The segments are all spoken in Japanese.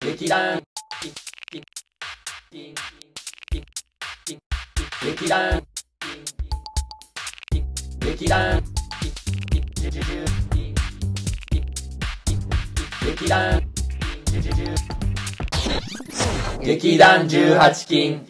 劇団劇団劇団劇団劇団18禁。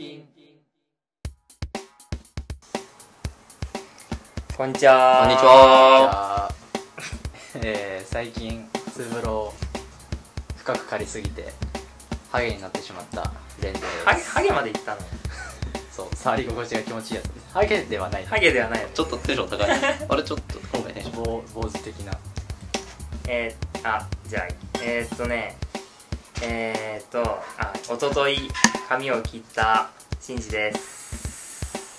こんにちは。 こんにちは。 最近ツーブロを深く借りすぎてハゲになってしまったレンです。 ハゲまでいったの？ そう、触り心地が気持ちいいやつです。ハゲではない。 ハゲではないよね。 ちょっとテンション高い。あれちょっと今回ね。 坊主的な。 じゃあおととい髪を切ったシンジです。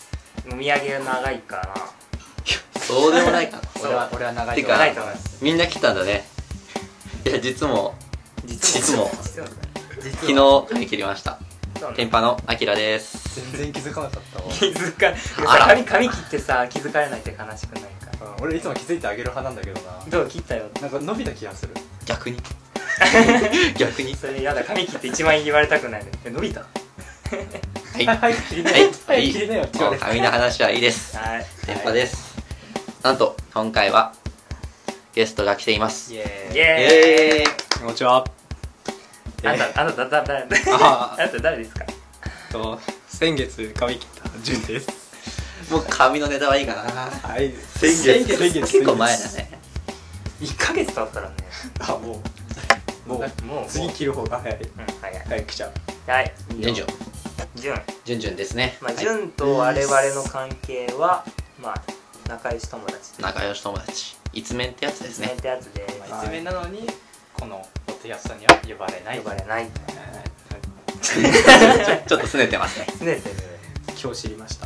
お土産長いかな。 そうでもないかな。 俺は長いてかと思います。 長いと思います。 みんな来たんだね。いや実も実も昨日髪切りました。 そうね天パのあきらです。 全然気づかなかったわ。 気づかあら髪切ってさ気づかれないって悲しくないか。 俺いつも気づいてあげる派なんだけどな。 どう切ったよ。 なんか伸びた気がする。 逆に逆にそれやだ、髪切って一番言われたくないね。伸びた。 はいはい切りなよ。はい切りなよ。 もう髪の話はいいです。 はい。 天パです。なんと今回はゲストが来ています。 イエイエーイ。 こんにちは。 あんた誰ですか？ 先月髪切ったジュンです。 もう髪のネタはいいかな。 はい。 先月結構前だね。 1ヶ月経ったらね。 あ、もう次切る方が早い。 早い。 早く来ちゃう。 はい。 じゅんじゅんじゅんですね。 まあ、じゅんと我々の関係は、まあ、仲良し友達で。 仲良し友達。一面ってやつですね。 ってやつで、 一面なのにこのポッドキャストには呼ばれない。 呼ばれない。 ちょっと拗ねてますね。 すねてる。 今日知りました。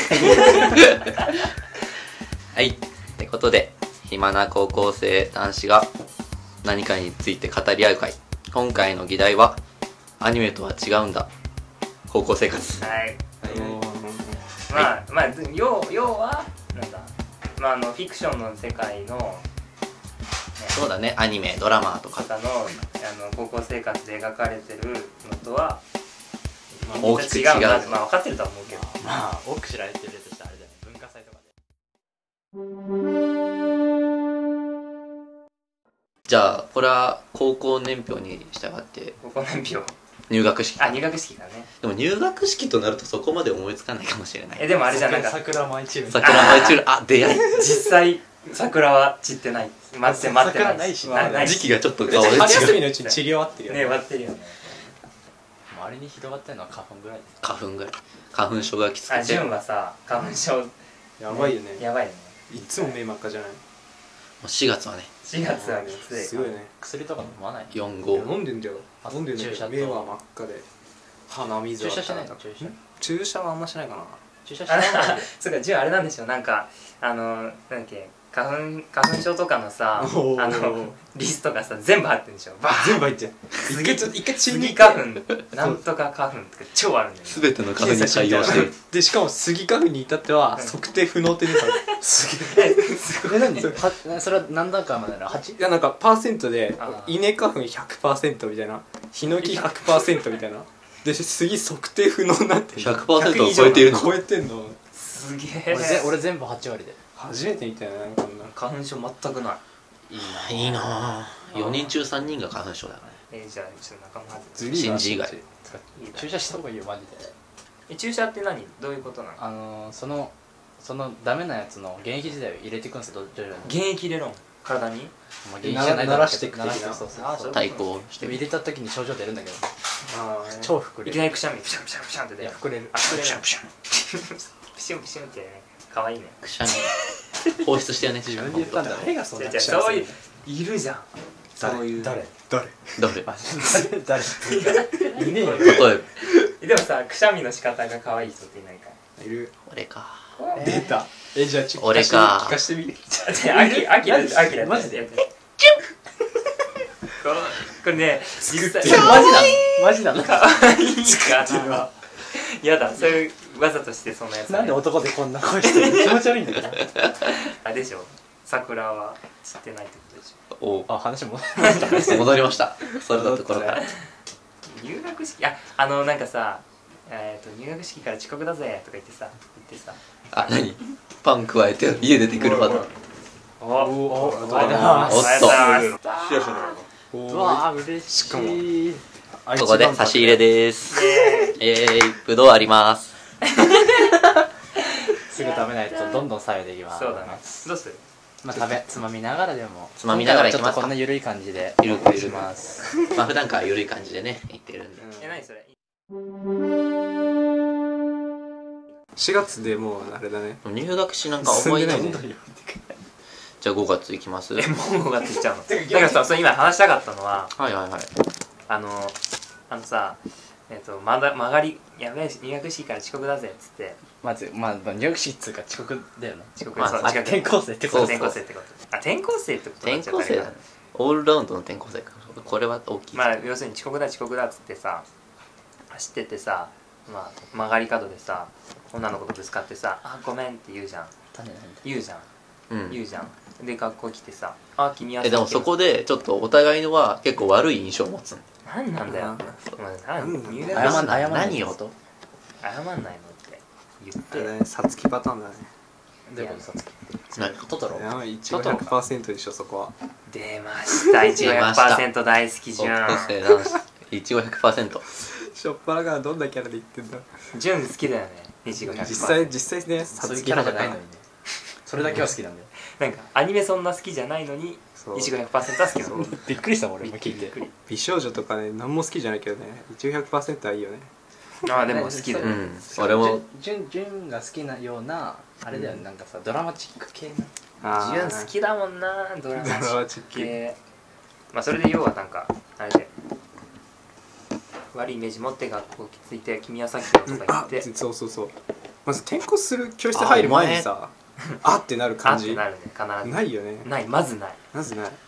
はい。ってことで、暇な高校生男子が何かについて語り合う会。今回の議題は、アニメとは違うんだ。高校生活。 はい。まあ、要は、なんだ、まあ、フィクションの世界の、 そうだね、アニメ、ドラマとか。 方の高校生活で描かれてるのとは、 大きく違うまあ分かってるとは思うけど。 まあ多く知られてるやつとしてあれだよね。文化祭とかで。 じゃあ、これは高校年表に従って高校年表。 入学式。 あ、入学式だね。 でも入学式となるとそこまで思いつかないかもしれない。 でもあれじゃん、なんか桜舞い散る。 桜舞い散る、あ、出会い。 実際桜は散ってない。待って桜ないしない時期がちょっと顔で違う。 春休みのうちに治療合ってるよね、 ね。 終わってるよね。 周りに広がってるのは花粉ぐらいです。 花粉ぐらい。花粉症がきつあ、 くて。 ジュンはさ、花粉症やばいよね。 やばいよね。 いつも目真っ赤じゃない。 もう4月はね、 4月はきつい。 すごいね。 薬とか飲まない。 4、 いや 5。 飲んでんだよ。飲んでんだけ注射とど目は真っ赤で鼻水は注射してないの？ 注射はあんましないかな。 注射してない。 そうか、ジュンあれなんでしょう、なんかなんだっけ、花粉症とかのさ、 おーリストがさ全部入ってるんでしょ。バー全部入っちゃう。一回血抜いてスギ花粉、なんとか花粉とか超あるんだよね。 すべての花粉に対応してる。 でしかもスギ花粉に至っては測定不能って出たの。すげえ。 何？それは何段階までなの？8？ いやなんかパーセントであー稲花粉 100% みたいな、ヒノキ 100% みたいなで杉測定不能になってる。 100% を超えているの。 超えてんの。 すげえ。 俺全部8割で。 初めて見たよねこんな。 花粉症全くない。 いいなぁ。4人中3人が花粉症だからね。 じゃあちょっと仲間外ずりーな信じ以外。 注射した方がいいよマジで。 注射って何？どういうことなの？ そのダメなやつの現役時代を入れていくんですよ徐々に。 現役入れろん体に？ まあ現役じゃない鳴らしていく鳴ら的なそうそうあそう対抗してみる。 でも入れた時に症状出るんだけどあー超膨れる。 いきなりくしゃみプシャンプシャンプシャンってい出る。 や膨れる。 あ、膨れる。 プシャンプシャン。 プシュンプシュンってね、可愛いね。 くしゃみ。放出してよね。 自分で言ったんだろ。 誰がそんなじゃそういういるじゃん。そういう。 誰？ どれ？ 誰？いねえよ。 例えでもさ、くしゃみの仕方が可愛い人っていないかいる。 ば、俺か。 出た。じゃあちょっと俺か聞かしてみ。 じゃあ、アキラマジでやって。これね、実際マジなの？ 可愛いかな。やだ、そういうわざとしてそんなやつ。 なんで男でこんな声してる？気持ち悪いんだけど。 あれでしょ。桜は散ってないってことでしょ。 おあ、話も戻りました。それだところから。 入学式なんかさ入学式から遅刻だぜとか言ってさあ、何パン加えて家出てくるパターン。 おおありがとうございますおっとありがとうございますうわー嬉しい。 しかもここで差し入れです。 イエーイぶどうあります。 すぐ食べないとどんどん冷めていきます。 そうだねどうするまあつまみながらでも。 つまみながらいきますか今回はちょっとこんな緩い感じで。 ゆるくします。 まあ普段から緩い感じでね、言ってるんで。 何それ 4月でもうあれだね。 入学しなんか覚えないね進んでない。 じゃあ5月いきます。はいもう5月いっちゃうのだからさそれ今話したかったのははいはい。 さ曲がりやべえ入学式から遅刻だぜっつってまず入学式っつうか遅刻だよね。 遅刻まあそう遅刻転校生ってこと。 そうそう転校生ってこと転校生ってことにな転っちゃったけど校生だね。オールラウンドの転校生か。これは大きい。 まあ要するに遅刻だっつってさ走っててさ、まあ、曲がり角でさ女の子とぶつかってさ「あごめん」って言うじゃん言うじゃんうん。 言うじゃんで学校来てさ「あ君はさでもそこでちょっとお互いのは結構悪い印象を持つん。 何なんだよお前入学謝んない何をこと。 謝んないのって言ってあれだね、さつきパターンだね。 どういうことさつき。 何トトロ。 やばい、一応 100% でしょ、そこは。 出ましたいちご 100% 大好きじゃん高校生男子いちご 100%。 しょっぱなからどんなキャラで言ってんだ。 純好きだよねいちご 100% 実際ね、さそういうつきキャラじゃないいキャラじゃなのにね。それだけは好きなんだよ。 なんかアニメそんな好きじゃないのにそういちご 100% は好きなのびっくりしたもん俺も聞いて。 美少女とかね、何も好きじゃないけどね、一応 100% はいいよね。 ああでも好きだよ、 うん。俺も純が好きなようなあれだよね、なんかさドラマチック系な。 純好きだもんなドラマドラマチック系まあそれで要はなんかあれで悪いイメージ持って学校きついて君はさっきのとかあ言ってそうそうそう。まず転校する教室入る前にさ、あってなるあ感じってなるね必ずないよね。 ないまずないまずない。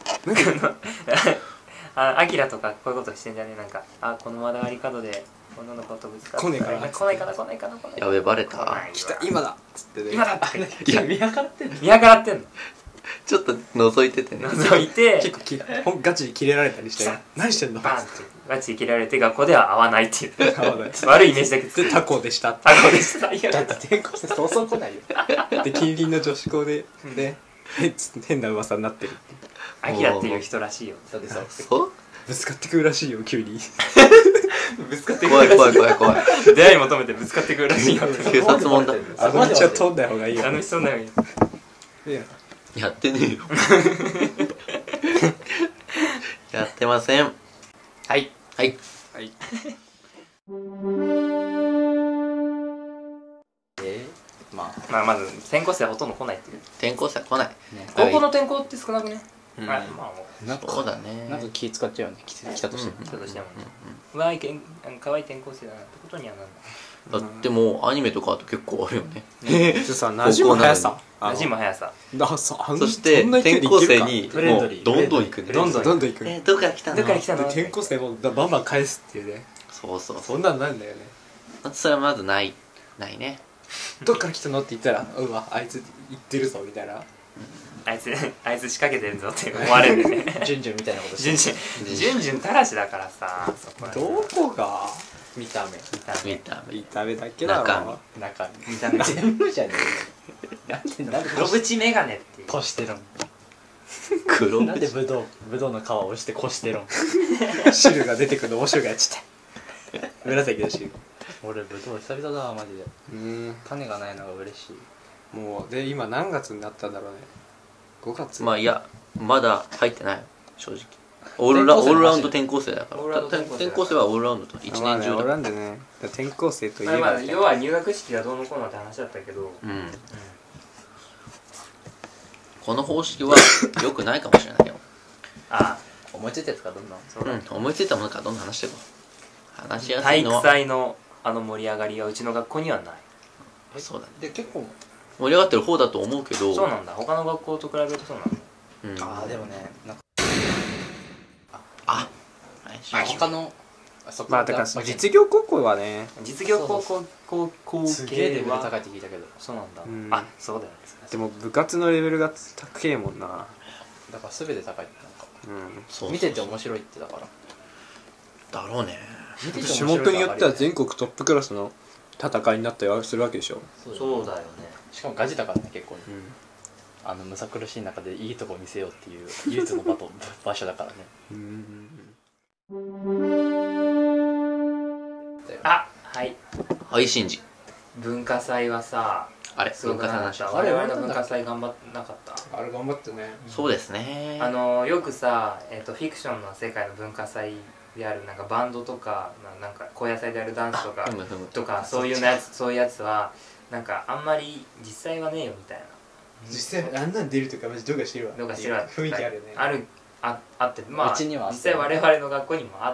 アキラとかこういうことしてんじゃねなんかこの曲がり角で女の子とぶつかって来ねえかな来ないかなやべバレた。 来ないわ来た、今だっつってね。 今だっていや見計らってんの。 見計らってんのちょっと覗いててね。 覗いて結構ガチでキレられたりして、何してんのバンってガチで切られて学校では会わないっていう合わない悪いイメージだけつでタコでしたってタコでしたいやだって転校生そうそう来ないよ。 で近隣の女子校でね変な噂になってるってアキラっていう人らしいよだってさそうぶつかってくるらしいよ急にぶつかってく怖いるらし怖い怖い怖い。 い出会い求めてぶつかってくるらしいよ警察もんだ。 あの道は通んない方がいいよ楽しそうだよねでやってねえよ。やってません。 はいはい。 はいままあまず転校生はほとんど来ないっていう転校生は来ない。 あね高校の転校って少なくねうんまあもなんかそうだね。 なんか気使っちゃうよね来たとしてもう人としてもねわーい可愛い転校生だなってことにはなんだってもうアニメとかだと結構あるよね。 でさ馴染む速さ馴染む速さそして転校生にフレンドリーもうどんどん行くね。 どんどんどんどん行くどっから来たの？ どっから来たので転校生もバンバン返すっていうねそうそうそう。 そんなんなんだよねそれはまずないね。 どっから来たのって言ったらうわあいつ行ってるぞみたいなあいつ仕掛けてるぞって思われるんでね順々みたいなことして順たらしだからさそこはどこが見た目見た目。 見た目だけだろ中中身見た目全部じゃねえよなんで黒縁メガネっていうこしてるん黒なんでぶどうの皮を押してこしてるん汁が出てくるの面白いやつって紫の汁俺ぶどう久々だわマジでうん種がないのが嬉しいもうで今何月になったんだろうね5月まあいやまだ入ってない正直。オールラウンド転校生だから。 オールラウンド転校生転校生はオールラウンドと一まあね俺年中だ。 なんでね転校生といえばまあまあ要は入学式がどうのこうのって話だったけどうん。この方式は良くないかもしれないよ。 あ思いついたやつかどんどんそうだうん。思いついたものからどんどん話していこう。話しやす体育いのは祭の盛り上がりはうちの学校にはないそうだね。 で結構盛り上がってる方だと思うけど。 そうなんだ他の学校と比べるとそうなんだうん。 ああでもねなんかあ他のそまあだから実業高校はね実業高校すげえレ系はベル高いって聞いたけどそうなんだうんあそうだよねでも部活のレベルが高えもんなだから全て高いってなんかうんそう見てて面白いってだからだろうね。 種目によっては全国トップクラスの戦いになったりするわけでしょ。 そうだよね。しかもガチだからね結構、むさ苦しい中でいいとこ見せようっていう唯一の場所だからね。あ、はいはい、シンジ。 文化祭はさ、 あれ、文化祭の話。 我々の文化祭頑張ってなかった？ あれ頑張ってね。 そうですね。 よくさ、フィクションの世界の文化祭であるなんかバンドとかなんか高野祭であるダンスとかそういうやつはなんかあんまり実際はねえよみたいな。 実際あんなん出るとかマジどうかしてるわ。 どうかしてるわ。 雰囲気あるね。 あって、まあ実際我々の学校にもあって、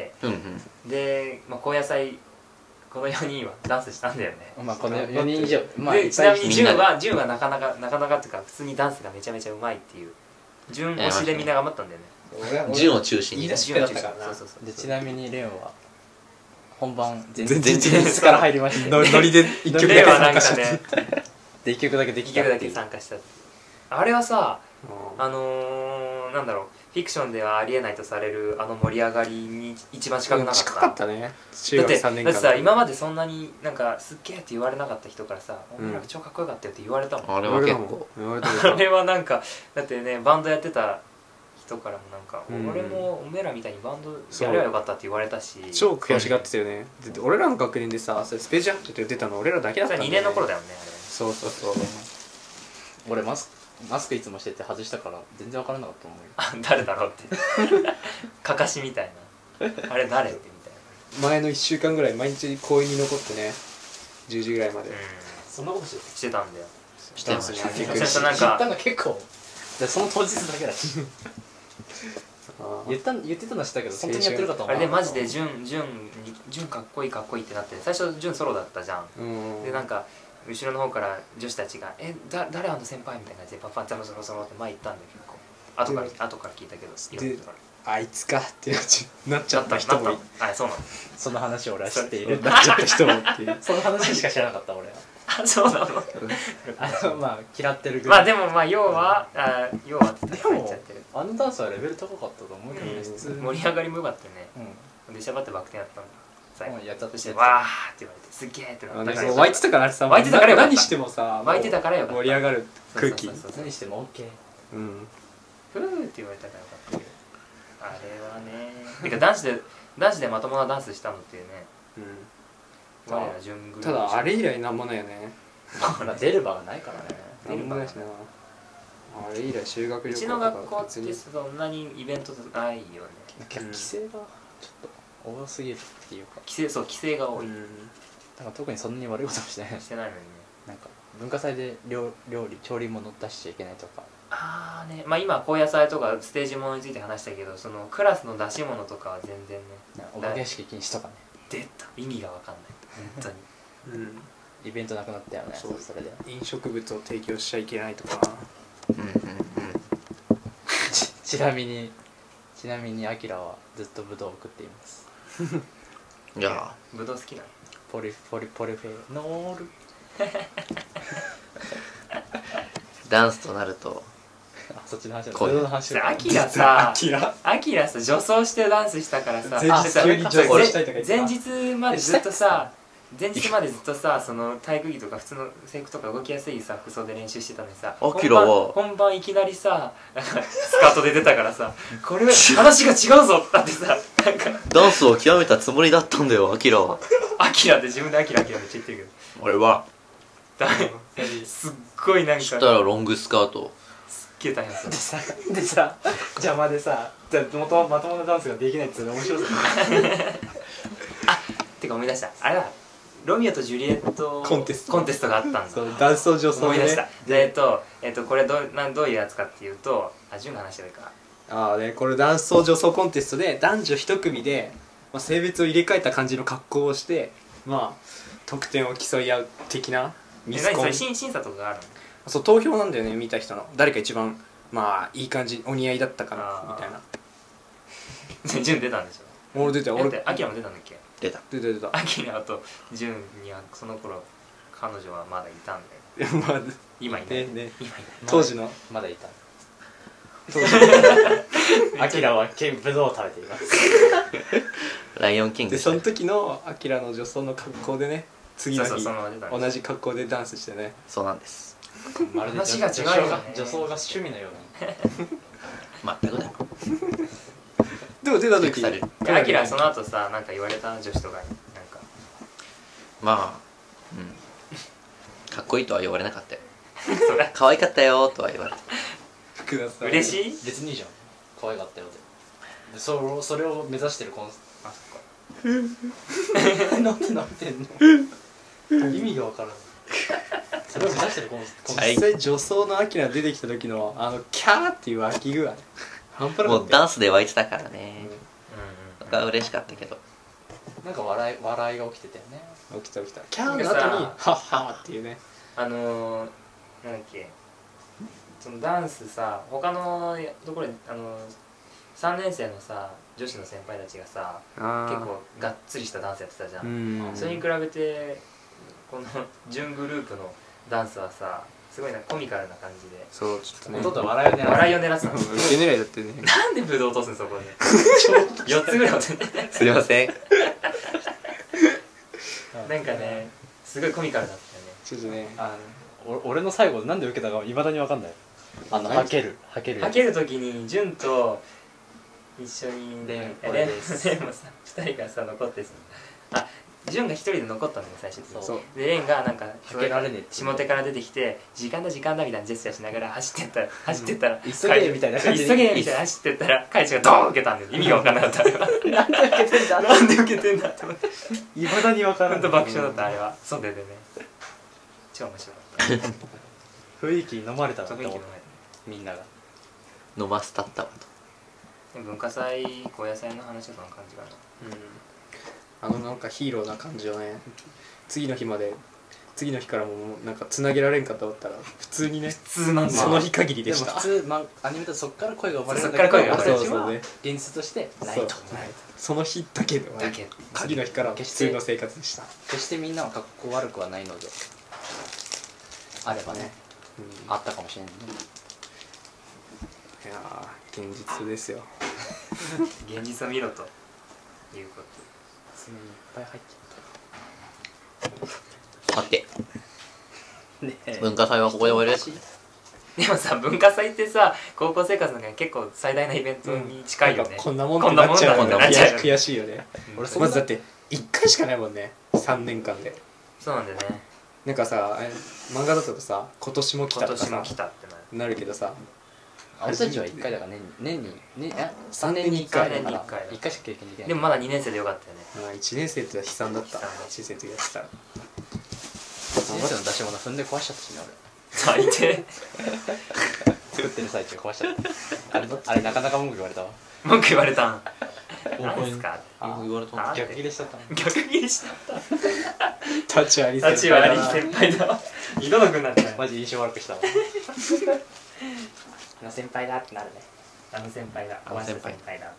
で、高野祭この4人はダンスしたんだよね。まあこの4人以上、でちなみに潤はなかなかっていうか普通にダンスがめちゃめちゃうまいっていう潤推しでみんな頑張ったんだよね。 潤を中心に。 言い出しっぺだったからな。 でちなみにレンは本番前日から入りまして、 ノリで1曲だけ参加して、 で1曲だけ参加した。あれはさ、なんだろう、フィクションではありえないとされる盛り上がりに一番近くなかった。 近かったね。中学3年間だってさ、今までそんなになんかすっげーって言われなかった人からさ、お前ら超かっこよかったよって言われたもん。 あれは結構あれはなんかだってね、バンドやってた人からもなんか、俺もおめえらみたいにバンドやればよかったって言われたし、 超悔しがってたよね。俺らの学年でさ、スページャーって出たの俺らだけだったんだよね。 2年の頃だよね、あれ。 そう俺マスクいつもしてて外したから全然分からなかったもん。 誰だろうってかかしみたいな、あれ誰ってみたいな。前の1週間ぐらい毎日公園に残ってね、10時ぐらいまで。 そんなことしてたんだよ。 してました。 なんか言ったの結構その当日だけだし言ってたのしたけど本当にやってるかと思う。 あれでマジで潤かっこいいってなって、最初潤ソロだったじゃん。でなんか後ろの方から女子たちが「誰あの先輩」みたいな感じでパッパッザロザロザロって前行ったんだよ。結構後から聞いたけど、 あいつかってなっちゃった人もいる。 あ、そうなの。 その話を俺は知っている。 なっちゃった人もっていう。 その話しか知らなかった俺は。 あ、そうなの。 まあ嫌ってるぐらい。 まあでも要はって言っちゃってる。 あのダンスはレベル高かったと思うけどね。 盛り上がりも良かったね。でシャバってバク転やったんだ。 やっちゃって、 わーって言われてすっげーってなったから。 湧いてたからさ、 湧いてたからよかった。 何してもさ、 湧いてたからよかった。 盛り上がる空気。 何しても OK。 ふーって言われたからよかったけど。あれはね。てか男子でまともなダンスしたのっていうね。我ら準グループ。 ただあれ以来なんもないよね。 出る場がないからね。 なんもないしな。あれ以来修学旅行。 うちの学校ってそんなにイベントないよね。 規制がちょっと多すぎるっていうか。 規制が多い。 なんか特にそんなに悪いこともしてないのにね。なんか文化祭で調理物出しちゃいけないとか。 ああね、まあ今高野祭とかステージ物について話したけど、そのクラスの出し物とかは全然ね。 お化け屋敷禁止とかね。 出た、意味が分かんない本当に。 イベントなくなったよね。それで飲食物を提供しちゃいけないとか。 ちなみにアキラはずっとブドウを食っています。 いやブドウ好きなの。 ポリフェノール。 ダンスとなるとそっちの話だ。 こういう話。アキラさ女装してダンスしたからさ、前日までずっとさその体育着とか普通の制服とか動きやすいさ服装で練習してたのにさ、 アキラは本番いきなりさスカートで出たからさ、これ話が違うぞだってさ、なんかダンスを極めたつもりだったんだよ。アキラはアキラって自分でアキラめっちゃ言ってるけど、 俺はすっごいなんかそしたらロングスカートすっげえ大変そうでさ邪魔でさまともなダンスができないっていうの面白そうあ、てか思い出した、あれだ、ロミオとジュリエットコンテストがあったんだ。 男装女装思い出した。でこれどういうやつかっていうと、潤が話してるか。 これ男装女装コンテストで男女一組で、性別を入れ替えた感じの格好をして、得点を競い合う的なミスコン。 それ審査とかがあるの？ そう、投票なんだよね。見た人の誰か一番いい感じ、お似合いだったかなみたいな。 潤出たんでしょ。 俺出た。 アキラも出たんだっけ？ 出た。 アキラと潤にはその頃彼女はまだいたんだよ。今いない。 当時のまだいた。アキラはブドウを食べています。 ライオンキングでその時のアキラの女装の格好でね次の日同じ格好でダンスしてね。 そうなんです。 まるで話が違うよね。 女装が趣味のような全くだよ。 でも出た時アキラその後さなんか言われた女子とかになんかまあ、かっこいいとは言われなかったよ。可愛かったよとは言われた。 福田さん嬉しい？ 別にいいじゃん、可愛かったよでそれを目指してるコンあそっかなんてなってんの意味がわからないそれを目指してるコン実際女装のアキラ出てきた時のキャーっていう湧き具合半端なかったよ。 もうダンスで湧いてたからね。僕は嬉しかったけどなんか笑いが起きてたよね。 起きたキャーの後にハッハーっていうね。 なんだっけそのダンスさ他のところで3年生のさ女子の先輩たちがさ結構がっつりしたダンスやってたじゃん。それに比べてこの準グループのダンスはさすごいコミカルな感じでそうちょっとねほとんど笑いを狙ってたの。 受け狙いだってね。 なんでブドウ落とすんそこで4つぐらい落としてすいませんなんかねすごいコミカルだったよね。 ちょっとね俺の最後なんで受けたかいまだに分かんない。はける時に潤と一緒にレンもさ2人がさ残ってさ潤が1人で残ったんだよ最初に。でレンがなんか下手から出てきて時間だみたいなジェスチャーしながら走ってったら急げみたいな感じで急げみたいな走ってったらカイチがドーン受けたんだよ。意味が分からなかったなんで受けてんだって思っていまだに分からん。 ほんと爆笑だったあれは。そうでね超面白かった雰囲気に飲まれたなって思ったみんなが飲ませたったわと。文化祭高野祭の話とかの感じかな。 なんかヒーローな感じをね次の日からもなんかつなげられんかと思ったら普通にね普通なんだ。 その日限りでした。 でも普通アニメだとそっから声が生まれるんだけど俺たちは現実としてないと。 その日だけ次の日から普通の生活でした。 決してみんなは格好悪くはないのであればねあったかもしれないね。 いや現実ですよ現実を見ろということ。 普通にいっぱい入さてってる文化祭はここで終わりです。 でもさ文化祭ってさ高校生活の中で結構最大なイベントに近いよね。 こんなもんってなっちゃうもんね。悔しいよね。 俺まずだって1回しかないもんね3年間で。 そうなんだよね。 なんかさ漫画だとさ今年も来たとかさ今年も来たってなるけどさ俺たちは1回だから年に3年に1回だから1回しか経験できない。 でもまだ2年生でよかったよね。 1年生って悲惨だった。1年生の時やってたら 1年生の出し物踏んで壊しちゃったしね最低作ってる最中壊しちゃったあれなかなか文句言われたわ。 文句言われたん何ですか言われた逆切れしちゃった逆切れしちゃった立ち割り先輩だわ二度のくんなってないマジ印象悪くしたわ先輩だってなるね。先輩だ先輩だ。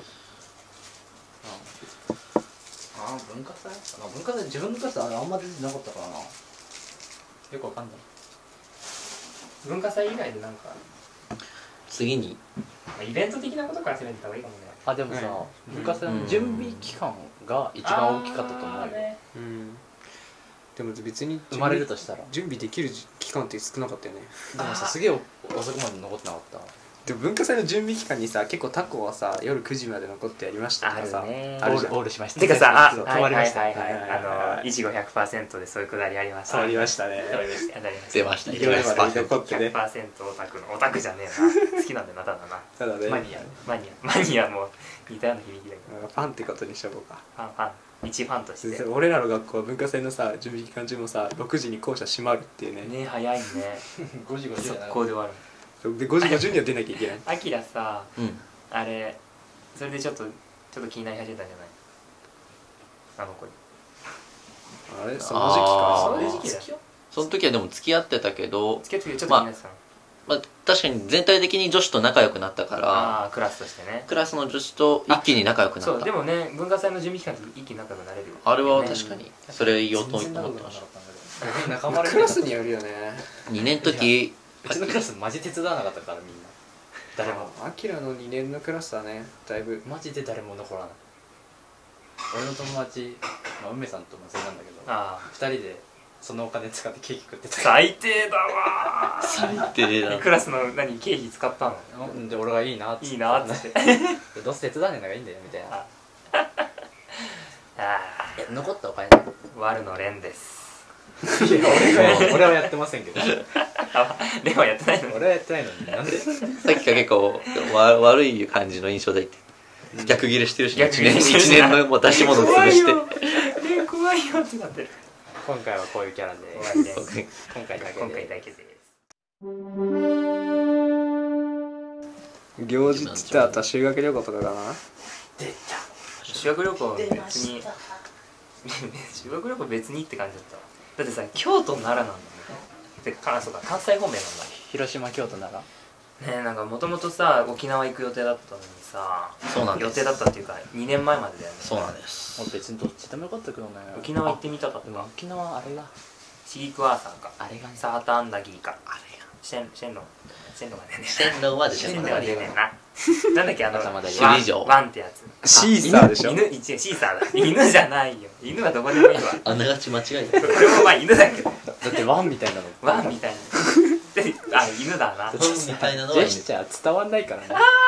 文化祭自分のクラスあんま出てなかったからなよくわかんない。 文化祭以外でなんか次にイベント的なことから攻めてた方がいいかもね。 でもさ文化祭の準備期間が一番大きかったと思うよ。 でも別に生まれるとしたら準備できる期間って少なかったよね。 でもさすげえ遅くまで残ってなかった。 でも文化祭の準備期間にさ結構他校はさ夜9時まで残ってやりましたとかさあるオールしました。 てかさ止まりましたいちご 100% でそういうくだりありました。 ありましたね。 出ました夜まで残ってね 100% オタクのオタクじゃねえな好きなんだよなただなただねマニアも似たような響きだけどファンってことにしとこうか。 ファン一ファンとして俺らの学校は文化祭のさ準備期間中もさ6時に校舎閉まるっていうね。 ね早いね 5時速攻で終わる。 で5時50には出なきゃいけない。 アキラさあれそれでちょっと気になり始めたんじゃないあの子に。 あれその時期か。 そういう時期だよ。 その時はでも付き合ってたけどちょっと気になってたの。 確かに全体的に女子と仲良くなったからクラスとしてねクラスの女子と一気に仲良くなった。 そうでもね文化祭の準備期間って一気に仲良くなれるよ。 あれは確かにそれ言おうと思ってました。 クラスによるよね。 2年の時うちのクラスマジ手伝わなかったからみんな誰も。 アキラの2年のクラスはねだいぶマジで誰も残らない。 俺の友達、梅さんと松井なんだけど、2人でそのお金使ってケーキ食ってた。 最低だわー。 最低だ。 クラスの経費使ったので俺がいいなっていいなっつってどうせ手伝わねえのがいいんだよみたいな。残ったお金悪の連です。 俺はやってませんけど。 連はやってないの？ 俺はやってないのになんで？ さっきから結構悪い感じの印象でいて逆ギレしてるし、1年のもう出し物潰して連怖いよってなってる。 今回はこういうキャラで今回だけです。 行事って言ったら修学旅行とかかな。 出た。修学旅行別に修学旅行別にって感じだった。だってさ、京都奈良なんだもんね。でそうか、関西方面なんだ。 広島、京都、奈良ねえ、なんかもともとさ沖縄行く予定だったのにさ、 そうなんです。 予定だったっていうか2年前までだよね。 そうなんです。 俺別にどっちでもよかったけどね。 沖縄行ってみたかった。 沖縄あれだ、 シークワーサーかあれがね、 サーターアンダギーか、あれがシェンロンがねシェンロンは出てシェンロンは出てんな。なんだっけ首里城ワンってやつ。 シーサーでしょ。 犬、シーサーだ。犬じゃないよ。犬はどこでもいいわ。 あながち間違えた。 これもまあ犬だけど。 だってワンみたいなの、 ワンみたいな。あ、犬だな。 みたいなのはジェスチャー伝わんないからね。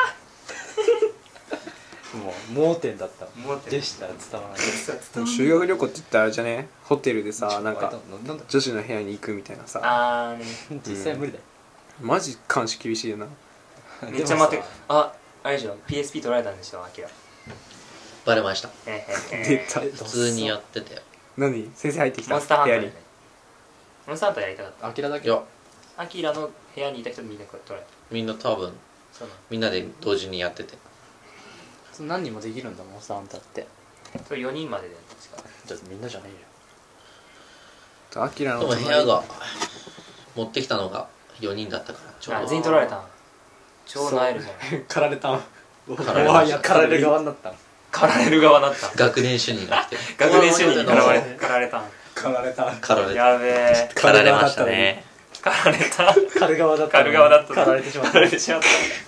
もう盲点だった。ジェスチャー伝わらない。 修学旅行って言ったらあれじゃね、ホテルでさ、なんか女子の部屋に行くみたいなさ。 実際無理だよ。 マジ監視厳しいよな。 めっちゃ待って、あれでしょ、 PSP 取られたんでしょ、アキラ。 バレました。 出た。 普通にやってたよ。 何？先生入ってきたモンスターハン部屋に。 ターね。モンスターハンターやりたかった。 アキラだけ。 いや、 アキラの部屋にいた人みんな取られた。 みんな多分みんなで同時にやってて。 何人もできるんだモンスターハンターって。 それ4人までで確か。 じゃあみんなじゃねえアキラのでも部屋が持ってきたのが4人だったからちょうど。 全員取られたん。超なえるじゃん。 狩られたん。 狩られる側になったん。 狩られる側だった。 学年主任が来て学年主任に狩られたん。 狩られた。 狩られた。 やべえ。 狩られましたね。 狩られた。 狩る側だった。 狩る側だった。 狩られてしまった。 狩られてしまった。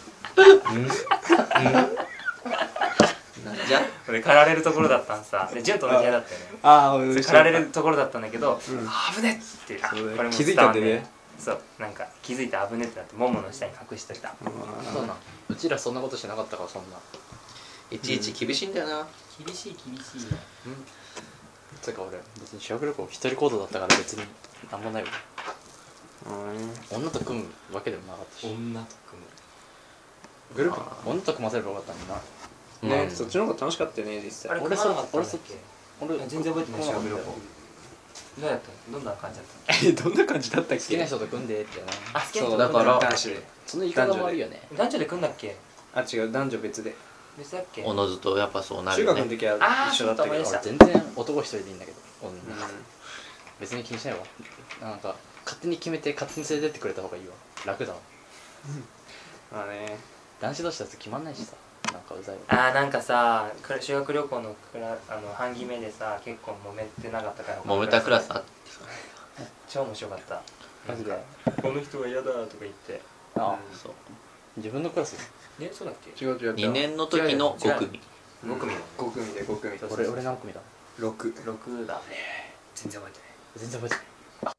なんじゃ？ 狩られるところだったんさ。で、純と同じ部屋だったよね。狩られるところだったんだけど、危ねって、これも気づいたんでね。 そう、なんか気づいて危ねってなって、ももの下に隠してた。 そうなん。うちらそんなことしてなかったからそんな。 いちいち厳しいんだよな。 厳しいよ。 つうか俺別に修学旅行一人行動だったから別になんもないわ。女と組むわけでもなかったし。 女と組むグループ女と組ませればよかったんだな。 ね、そっちの方が楽しかったよね実際。 俺そっち。 俺全然覚えてない修学旅行。どうやった？どんな感じだった？ どんな感じだったっけ？ 好きな人と組んでってな。 あ、好きな人そうだから男子で。 その言い方もあるよね。 男女で組んだっけ？ あ、違う、男女別で。 別だっけ？ おのずとやっぱそうなる中よね。 学の時は一緒だったけど。 あー全然男一人でいいんだけど、別に気にしないわ。なんか勝手に決めて勝手に連れてってくれた方がいいわ。楽だわ。 まあね。 男子同士だと決まんないしさ、なんかうざいわ。 なんかさ、修学旅行の半決めでさ、結構揉めてなかったから。 揉めたクラスあって超面白かった。 マジで。 この人が嫌だとか言って。 あ、 そう。 自分のクラス。 そうだっけ？ 違う。 2年の時の5組。 5組。 5組で5組。 俺何組だ 6 だ。全然覚えてない。 全然覚えて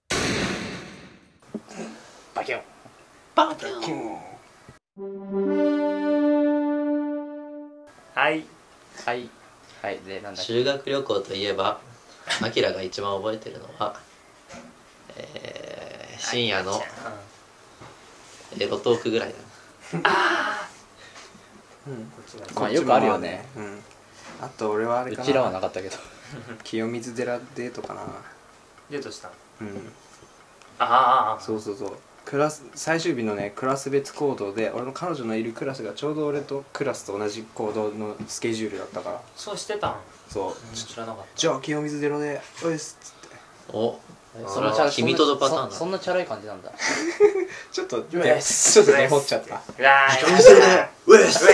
ない。バキュンバキュン。 はいでなんだっけ。 修学旅行といえばアキラが一番覚えてるのは深夜の英語トークぐらいだな。 まあよくあるよね。 あと俺はあれかな、 うちらはなかったけど清水寺デートかな。 デートした。 そうクラス最終日のねクラス別行動で、俺の彼女のいるクラスがちょうど俺とクラスと同じ行動のスケジュールだったから。 そうしてたん？ そう知らなかった。 じゃあ清水寺でおいっすっつって。 お、それは君とのパターンだ。 そんなチャラい感じなんだ。 ちょっとね掘っちゃった。 清水寺ウエス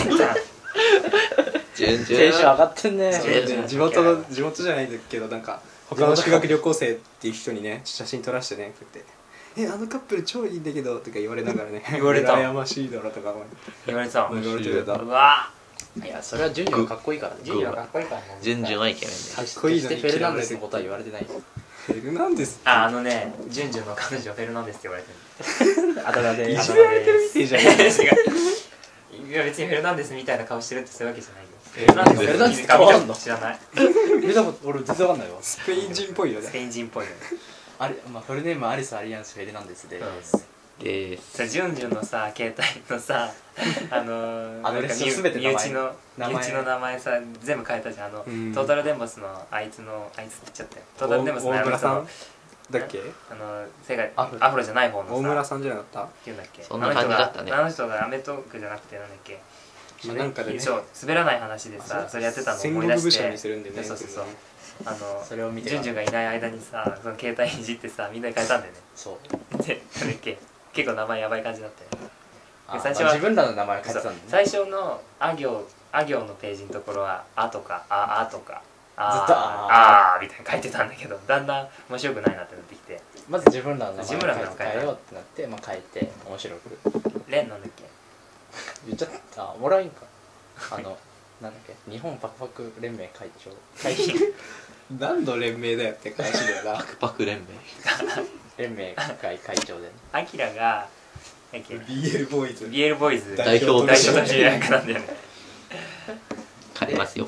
テンション上がってんね。 地元じゃないんだけど、なんか他の修学旅行生っていう人にね写真撮らしてね、こうやってあのカップル超いいんだけどとか言われながらね、 言われた。 羨ましいだろとか言われた。 言われてた。 うわいやそれはジュンジュンがかっこいいからね。 ジュンジュンはかっこいいからね。 ジュンジュンはイケメンでかっこいいのに決してフェルナンデスのことは言われてない。 フェルナンデスあのね、ジュンジュンの彼女はフェルナンデスって言われてる。 あだ名でいじめられてるみたいじゃん。 違う。いや別にフェルナンデスみたいな顔してるってそういうわけじゃないよ。フェルナンデスフェルナンデスって顔あんの？ 知らない。 見たこと俺全然わかんないわ。 スペイン人っぽいよね。 スペイン人っぽいよね。 あれまあフルネームアリス・アリアンス・フェルナンデスです。 ですジュンジュンのさ携帯のさアドレス全て身内の名名前さ全部変えたじゃん。トうんータルテンボスのあいつって言っちゃったよ。トータルテンボスの大村さんあのだっけ？ 世界アフロアフロじゃない方のさ大村さんじゃなかった？ っていうんだっけ。 そんな感じだったねあの人がアメトーークじゃなくてなんだっけ。 まあなんかでねそう滑らない話でさそれやってたのを戦思い出して。 国武将にするんでね。 そうそうそう。 それを見てジュンジュンがいない間にさその携帯いじってさみんなに変えたんだよね。 そうでなんだっけ結構名前やばい感じだったよ。最初はまあ自分らの名前を書いてたんだね。 最初のあ行のページのところは「あ」とか「あ」とか「あ」 ずっとあ」みたいな書いてたんだけどだんだん面白くないなってなってきて。 まず自分らの名前を自分らの名前変えようってなってまあ変えて面白くレンなんだっけ。 言っちゃった。もらいんかなんだっけ日本パクパク連盟会長会何の連盟だよって話だよな。 パクパク連盟連盟会長でアキラがなんだっけ BL ボーイズ BL ボーイズ代表代表取締役なんだよね。 借りますよ。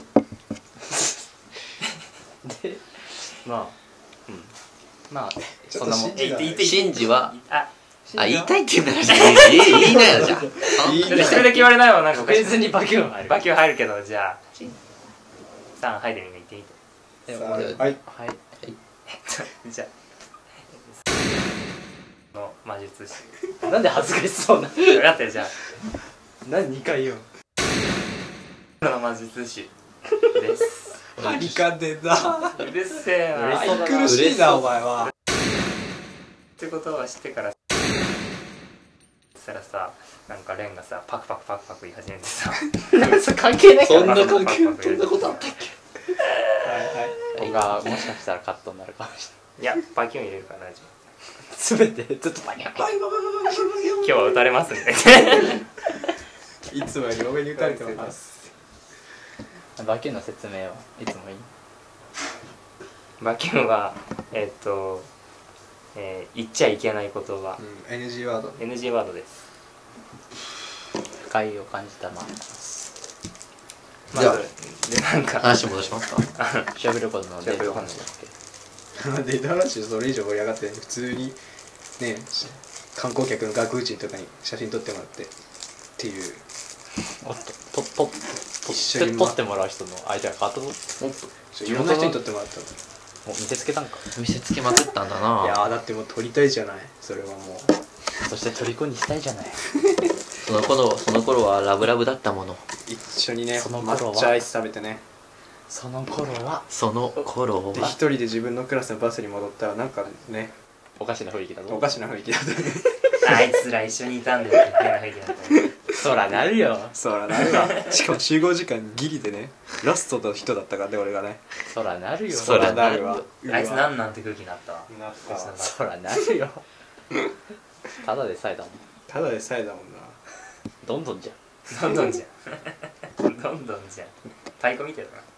でまあまあちょっとそんなもん信じないいシンジはあ言いたいって言うんなら言いなよじゃあ。 いいだって一人だけ言われないわなんかおかしい。 別にバキューン入るバキュー入るけどじゃあ3入でみんな言ってみて。 はい。 はいじゃあの魔術師なんで恥ずかしそうな分かったよ。じゃあ何2回言うのの魔術師ですパリカンでんな。 うるせえな。 愛くるしいなお前は。 ってことは知ってからしたらさなんかレンがさパクパクパクパク言い始めてさそれ関係ないからそんな関係パクパクパクそんなことあったっけ。 僕がもしかしたらカットになるかもしいやバキュン入れるから大丈夫。 れない全てずっとバキュン今日は打たれますんでいつもより多めに打たれてます。 バキュンの説明はいつもいいバキュンは言っちゃいけない言葉、 NG ワード。 NG ワードです。 不快を感じたまあじゃあでなんか話戻しますか。 調べることのデートの話だっけデータ話それ以上盛り上がって普通にね観光客の外国人とかに写真撮ってもらってっていう。 おっと撮ってもらう人の相手が変わったぞ。 いろんな人に撮ってもらったの。 見せつけたんか。 見せつけまくったんだないやーだってもう撮りたいじゃない。それはもうそして虜にしたいじゃない。 その頃はラブラブだったもの。 一緒にねその頃は抹茶アイス食べてね。 その頃はで一人で自分のクラスのバスに戻ったらなんかねおかしな雰囲気だぞ。 おかしな雰囲気だったね。 あいつら一緒にいたんだよって変な雰囲気だったね。 そらなるよ。 そうだなるわ。しかも集合時間ギリでねラストの人だったからね俺がね。 そらなるよ。 そらなるわ。 あいつなんなんて空気になったわ。 なったわ。 そらなるよ。ただでさえだもん。 ただでさえだもんな。 どんどんじゃん。 どんどんじゃんどんどんじゃん太鼓見てるな。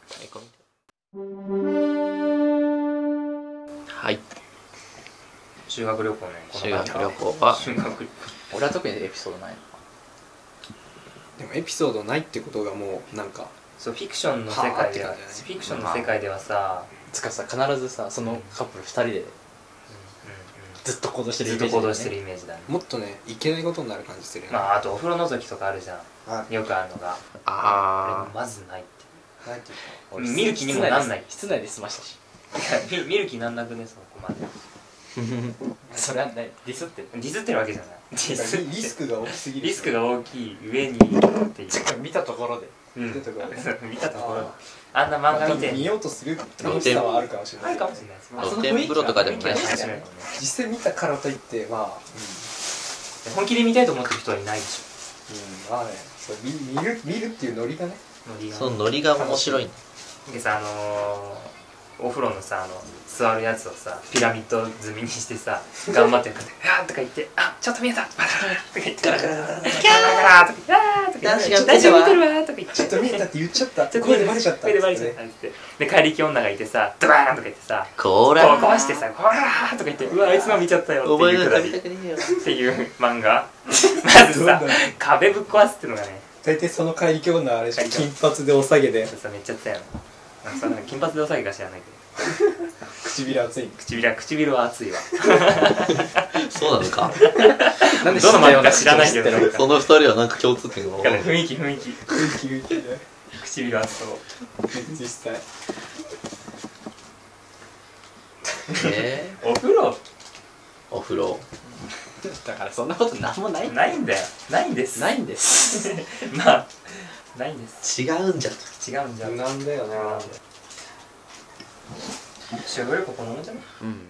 はい。 修学旅行ね。 修学旅行は修学旅行俺は特にエピソードないの。 でもエピソードないってことがもうなんかそうフィクションの世界でははあって感じだねフィクションの世界ではさつかさ必ずさそのカップル2人でずっと行動してるイメージだよね。 ずっと行動してるイメージだね。 もっとねいけないことになる感じするよね。 まああとお風呂覗きとかあるじゃあん。よくあるのがあまずないってないっていうか俺見る気にもなんない室内で済ましたし。 いや見る気なんなくねそこまで。 それはねディスってディスってるわけじゃない。ディスってリスクが大きすぎる。 リスクが大きい上にっていう見たところでうん見たところで見たところあんな漫画見て見ようとする楽しさはあるかもしれない。 あるかもしれないです。 露天風呂とかでもね。 実際見たからといってまあ、 本気で見たいと思ってる人はいないでしまあねそう見るっていうノリがね。 ょ。ノリがそのノリが面白いんだ。 でさお風呂のさ座るやつをさピラミッド積みにしてさ頑張ってるから「あー」とか言って「あちょっと見えた」とか言って「ガラガラガラガラ」とか言って「キャー」とか言って「男子が大丈夫見てるわ」とか言って「 ちょっと見えたって言っちゃったちょっと声でバレちゃった声でバレちゃった」ってで怪力女がいてさドバーンとか言ってさこらこう壊してさ「こらー」とか言って「うわあいつの見ちゃったよ」っていうくだりたくねえよっていう漫画まずさ壁ぶっ壊すっていうのがね大体その怪力女はあれじゃん金髪でお下げでさめっちゃやったよなんか金髪でおさげか知らないけど唇熱い唇は熱いわそうなのかなんでどの漫画か知らないけどその二人はなんか共通点が分かる雰囲気雰囲気で唇熱そう実際お風呂だからそんなことなんもないないんだよないんですないんですまあないんです違うんじゃ違うんじゃなんだよね修学旅行こんなもんじゃない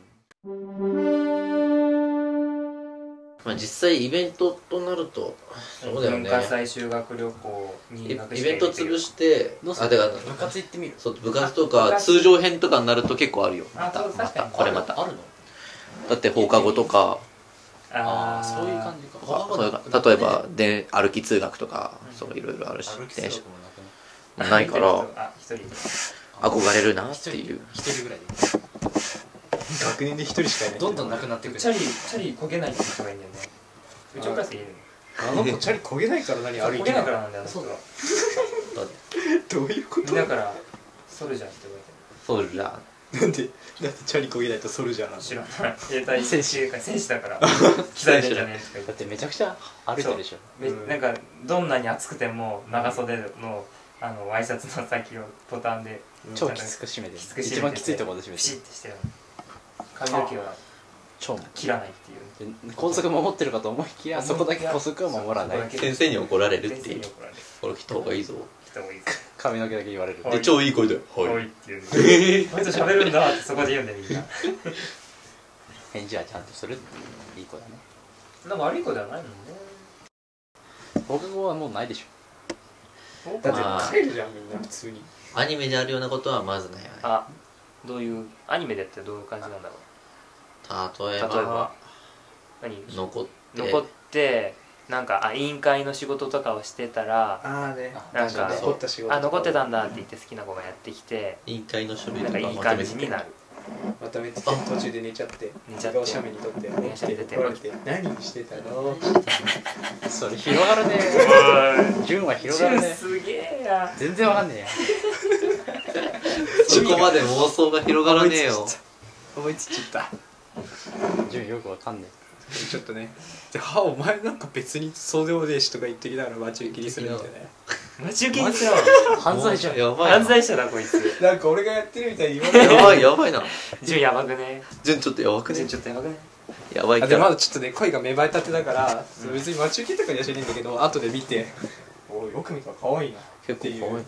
まあ実際イベントとなるとそうだよね文化祭修学旅行にイベント潰して部活行ってみるそう部活とか通常編とかになると結構あるよまたこれまたあるのだって放課後とかそういう感じか例えばで歩き通学とかそういろいろあるし電車ないから憧れるなっていう一人ぐらいで学年で一人しかいないどんどんなくなってくるチャリ焦げないって人がいいんだよねうちのクラスいるあの子チャリ焦げないから何歩い焦てげないからなんだよそうだどういうことだからソルジャーって言われてそうじゃなんでだってチャリ焦げないとソルジャーなん知らない兵隊戦士だから鍛えてんじゃねえとか言っだっててめちゃくちゃ歩いてるでしょなんかどんなに暑くても長袖のワイシャツの先をボタンで超きつく締めてる一番きついところで締めピシッてるてしてる髪の毛は超切らないっていう校則守ってるかと思いきやそこだけ校則は守らない先生に怒られるって先生いうに怒られるこれ切った方がいいぞ人もいる髪の毛だけ言われるはいで超いい声でおいっていうこいつ喋るんだってそこで言うんだよみんな返事はちゃんとするいい子だねなんか悪い子ではないもんね放課後はもうないでしだって帰るじゃんみんな普通にアニメであるようなことはまずないどういうアニメでやってどういう感じなんだろう例えば残ってなんか委員会の仕事とかをしてたらなんか残った仕事残ってたんだって言って好きな子がやってきて委員会の書類とかなんかいい感じになるまためて途中で寝ちゃって違う写メに撮って起きて怒られて何してたのそれ広がるね順は広がるねすげえや全然わかんねえやそこまで妄想が広がらねえよ思いついちゃった順よくわかんねちょっとねお前なんか別にそうでもねえしとか言ってきながら待ち受けにするみたいな待ち受けにする犯罪者やばい犯罪者だこいつなんか俺がやってるみたいに言われてやばいな順やばくね順ちょっとやばくねちょっとやばくねやばいでまだちょっとね声が芽生えたてだから別に待ち受けとかにはしないんだけど後で見ておいよく見たら可愛いな結構可愛い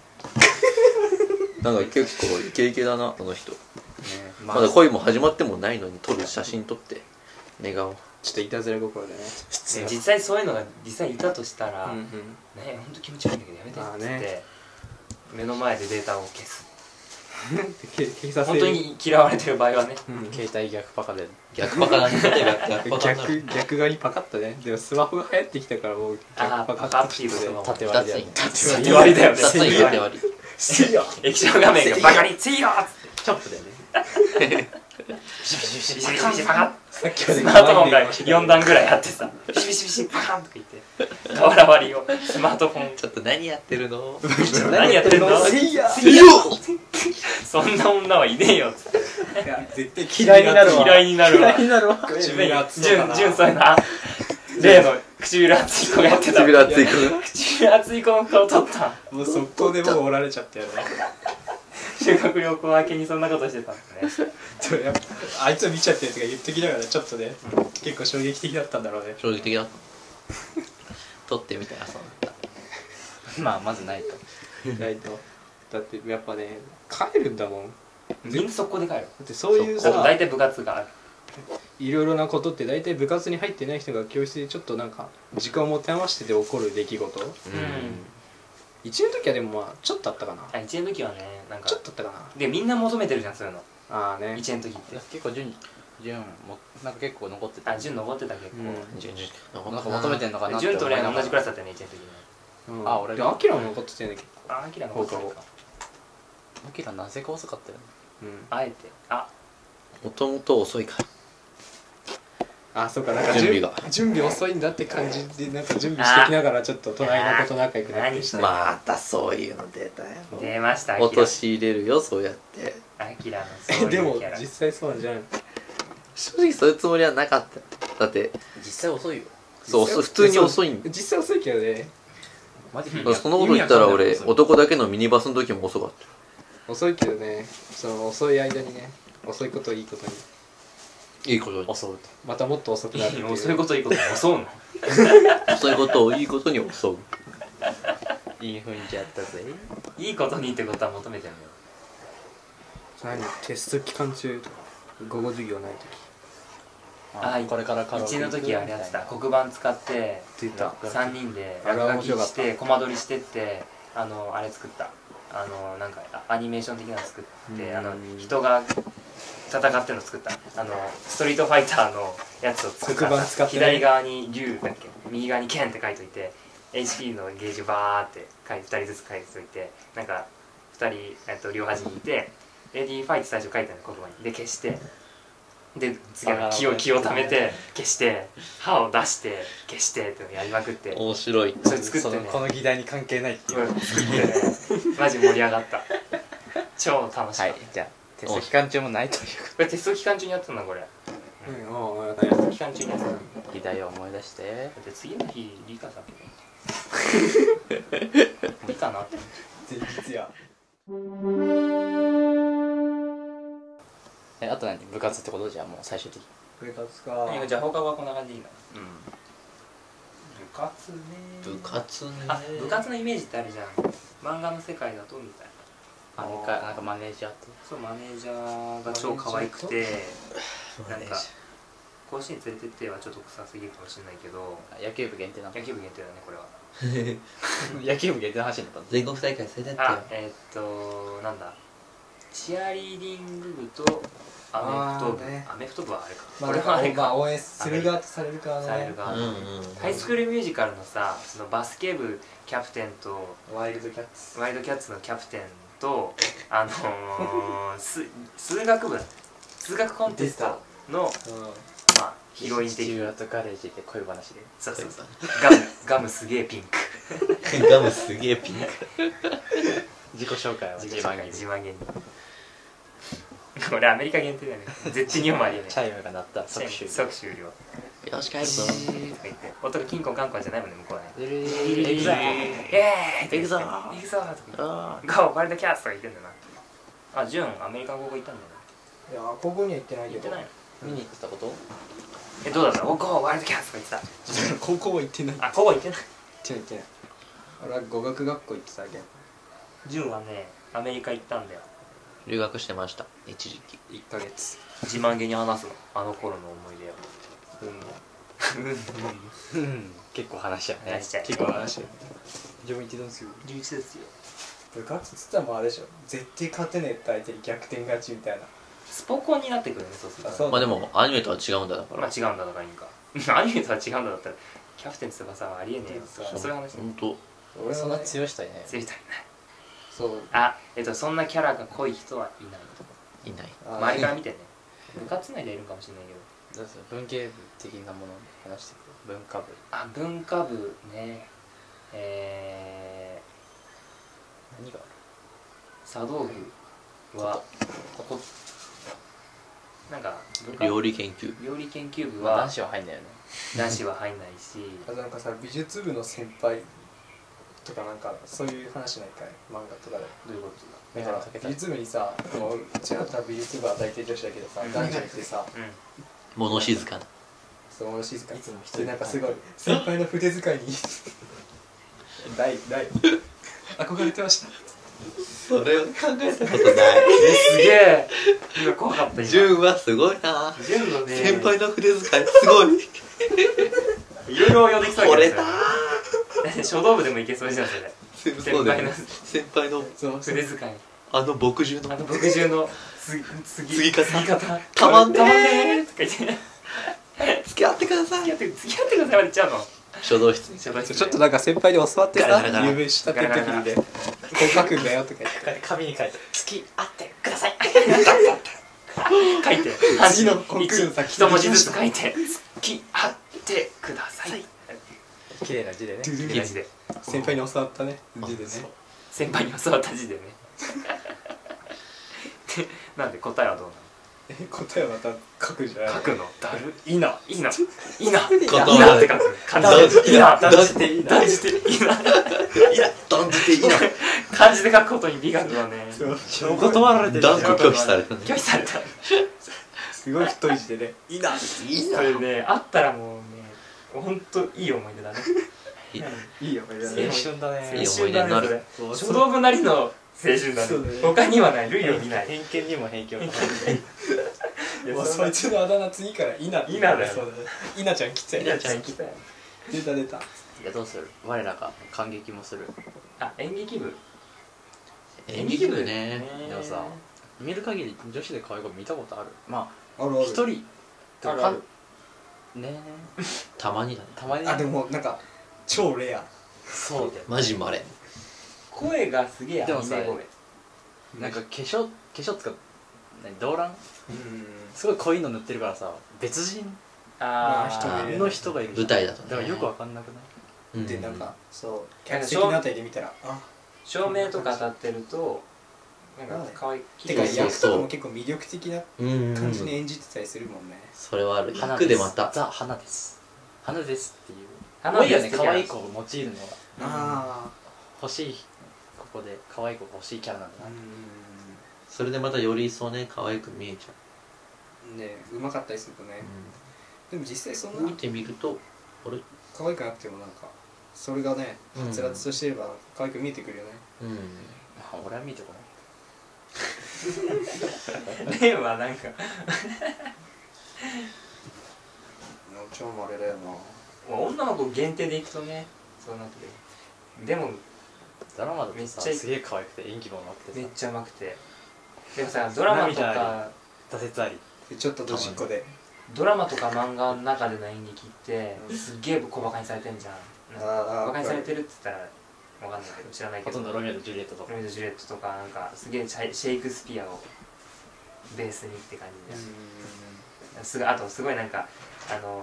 なんか結構イケイケだなその人まだ恋も始まってもないのに撮る写真撮って寝顔ちょっといたずら心でね実際そういうのが実際いたとしたらねほんと気持ち悪いんだけどやめてって言って目の前でデータを消す警察本当に嫌われてる場合はね携帯逆パカで逆パカだね逆側にパカッとねでもスマホが流行ってきたからもう逆パカッっていうので縦割りだよ縦割りだよね縦割り液晶画面がバカについよっつってチョップだよねビシビシビシビシビシパカッさっきまでスマートフォンが4段ぐらいあってさビシビシビシパカンとか言って瓦割りをスマートフォンちょっと何やってるの何やってんのせいやそんな女はいねえよっつって絶対嫌いになるわ嫌いになるわ唇熱そうだな純そういうな例の唇熱い子がやってた唇熱い子唇熱い子の顔撮ったもう速攻でもうおられちゃったよね修学旅行明けにそんなことしてたんですねやっぱあいつを見ちゃってるとか言ってきながらちょっとね結構衝撃的だったんだろうね正直的だ撮ってみたらそうまあまずないとないとだってやっぱね帰るんだもんみんな速攻で帰るだってそういうさ大体部活があるいろいろなことって大体部活に入ってない人が教室でちょっとなんか時間を持て余してて起こる出来事 1年の時はでもまあちょっとあったかな。 1年の時はねなんかちょっとあったかな。 でみんな求めてるじゃんそういうの。 ああね。 1年の時って結構順もなんか結構残ってた。 順残ってた結構。 なんか求めてんのかなって。 順と俺同じクラスだったよね1年の時に。 あ俺がアキラも残ってたよね結構。 アキラ残ってたか。 アキラなぜか遅かったよね。 あえてもともと遅いから。 あ、そうか、なんか準備遅いんだって感じでなんか準備してきながらちょっと隣の子と仲良くなってきた。 またそういうの出たよ。 出ました。 陥れるよそうやって。 アキラのそういうキャラ。 でも実際そうなんじゃないの？ 正直そういうつもりはなかった。だって実際遅いよ。 そう普通に遅いん。 実際遅いけどね。 マジでそのこと言ったら俺男だけのミニバスの時も遅かった。 遅いけどね、その遅い間にね、遅いことをいいことに。 いいことに襲うとまたもっと遅くなるっていう。 遅いこといいことに襲うの。 遅いことをいいことに襲う。 いいふうにじゃったぜ。 いいことにってことは求めてるのよ。 何テスト期間中とか午後授業ない時。 これからカラオケ 1の時あれやってた。黒板使って3人で落書きしてコマ撮りしてってあれ作った。なんかアニメーション的なの作って人が戦ってるの作った。ストリートファイターのやつを作った。 黒板使って、ね、 左側に竜だっけ右側に剣って書いといて HP のゲージバーって書いて2人ずつ書いておいてなんか2人、両端にいて AD ファイト最初書いたの黒板にで消してで次は気をためて消して歯を出して消してってやりまくって面白い。 それ作ってねこの議題に関係ないっていう作ってねマジ盛り上がった超楽しかった。 はいじゃあテスト期間中もないというこれテスト期間中にやってたんだこれ。テスト期間中にやってた。 議題を思い出して。 だって次の日理科だけど理科なって前日や。 あと何部活ってことじゃあもう最終的に部活か。 じゃあ放課後はこんな感じでいいの？部活ね。 部活ね。 部活のイメージってあるじゃん。漫画の世界だとみたいな。 あれかなんかマネージャーとそうマネージャーが超可愛くてなんか甲子園連れてってはちょっと臭すぎるかもしれないけど野球部限定なの？ 野球部限定だねこれは。 野球部限定の話になったの？ 全国大会連れてってよ。 なんだチアリーディング部とアメフト部はあれか。 これはあれか。応援する側とされる側のね。 ハイスクールミュージカルのさそのバスケ部キャプテンとワイルドキャッツのキャプテンと数学部だね。数学コンテストのまあヒロイン的父親とガレージで恋話でそうガムすげえピンクガムすげえピンク自己紹介は自慢げにこれアメリカ限定だよね。絶対日本もありえない。 チャイムが鳴った即終よ了し帰るぞ音がキンコンカンコンじゃないもんね向こうはね。 行くぞ行くぞ行くぞとかゴーワイルドキャッツとか言ってんだな。ジュンアメリカン高校行ったんだよね。 いや高校には行ってないけど。 行ってないの？ 見に行ってたこと？ どうだった？ゴーワイルドキャッツとか言ってた。 高校は行ってない。 高校行ってない。 行ってない。俺は語学学校行ってたわけ。 ジュンはねアメリカ行ったんだよ。 留学してました一時期 1ヶ月。 自慢げに話すのあの頃の思い出を。 結構話しちゃうね。 結構話しちゃう。自分行ってたんですよ。 11ですよ。 部活っつったらもうあれでしょ。絶対勝てねえって相手に逆転勝ちみたいな。 スポコンになってくるねそうすると。 まあでもアニメとは違うんだから。 まあ違うんだだからいいか。アニメとは違うんだだったらキャプテンとかさありえねえよ。そういう話。 本当。 俺そんな強い人いない。 強い人いない。 そうそんなキャラが濃い人はいない。 いない。 周りから見てね。部活内でいるかもしれないけど。 文芸部的なものを話してくる。文化部。 文化部ね。 何がある？ 茶道部はなんか料理研究部は男子は入んないよね。 男子は入んないしなんかさ美術部の先輩とかなんかそういう話ないかい漫画とかで。 どういうことだから美術部にさもううちらだったら美術部は大体女子だけどさ男女ってさ物静かなそう物静かいつも一人なんかすごい先輩の筆使いに大憧れてました。 それを考えたことない。 すげえ今怖かった。 純はすごいな。 純のね先輩の筆使いすごい。 いろいろ応用できそうだけどこれだ書道部でもいけそうじゃんそれ。 先輩の筆遣い、 あの墨汁の継ぎ方たまんねーとか言って付き合ってください付き合ってくださいまで言っちゃうの。 書道室ちょっとなんか先輩に教わってさ入部したてる時にでこう書くんだよとか言って紙に書いて付き合ってください書いて次のコンクールの先一文字ずつ書いて付き合ってください。 綺麗な字でね。 綺麗な字で先輩に教わったね字でね。 先輩に教わった字でねなんで答えはどうなの？ 答えはまた書くじゃない。 書くのだるいなって書く漢字でいな断じていな断じていな断じていいな漢字で書くことに美学はね断られてる。 断固拒否されたね。 拒否された。 すごい太い字でねいなそれねあったらもうねほんといい思い出だね。 いいよ青春だね。 いい思い出になる。 書道部なりの青春だね。他にはない、類を見ない。 偏見にも偏見をそいつのあだ名次からいなだよ。 いなちゃん来たよ。 いなちゃん来たよ。 出た。 いやどうする？我らが感激もする。 あ、演劇部ね。 でもさ見る限り女子で可愛い子見たことある。まあある一人とかねたまにだね。 たまに。 あでもなんか超レア。 そうだよ。 マジまれ。 声がすげえ。 でもさなんか化粧つか動乱すごい濃いの塗ってるからさ別人の人がいる。 舞台だとね。 だからよくわかんなくない？ でなんかそう客席のあたりで見たら照明とか当たってるとなんか可愛い。 てか役とかも結構魅力的な感じに演じてたりするもんね。 それはある。役でまたザ・花です花ですっていう花ですね。可愛い子を用いるのあ欲しい。ここで可愛い子が欲しいキャラなんだな。 それでまたより一層ね可愛く見えちゃうね。うまかったりするとね。でも実際そんな見てみるとあれ可愛くなくてもなんかそれがねはつらつとしてれば可愛く見えてくるよね。 俺は見てこない。レイはなんか超まれだよな。 女の子限定でいくとねそうなってくる。でもドラマだとさすげえ可愛くて演技もうまくてさめっちゃうまくて。でもさドラマとか挫折ありちょっとドジっ子でドラマとか漫画の中での演劇ってすっげえ小バカにされてんじゃん。小バカにされてるって言ったらわかんないけど知らないけどほとんどロミオとジュリエットとかロミオとジュリエットとかなんかすげえシェイクスピアをベースにって感じであとすごいなんかなんだっ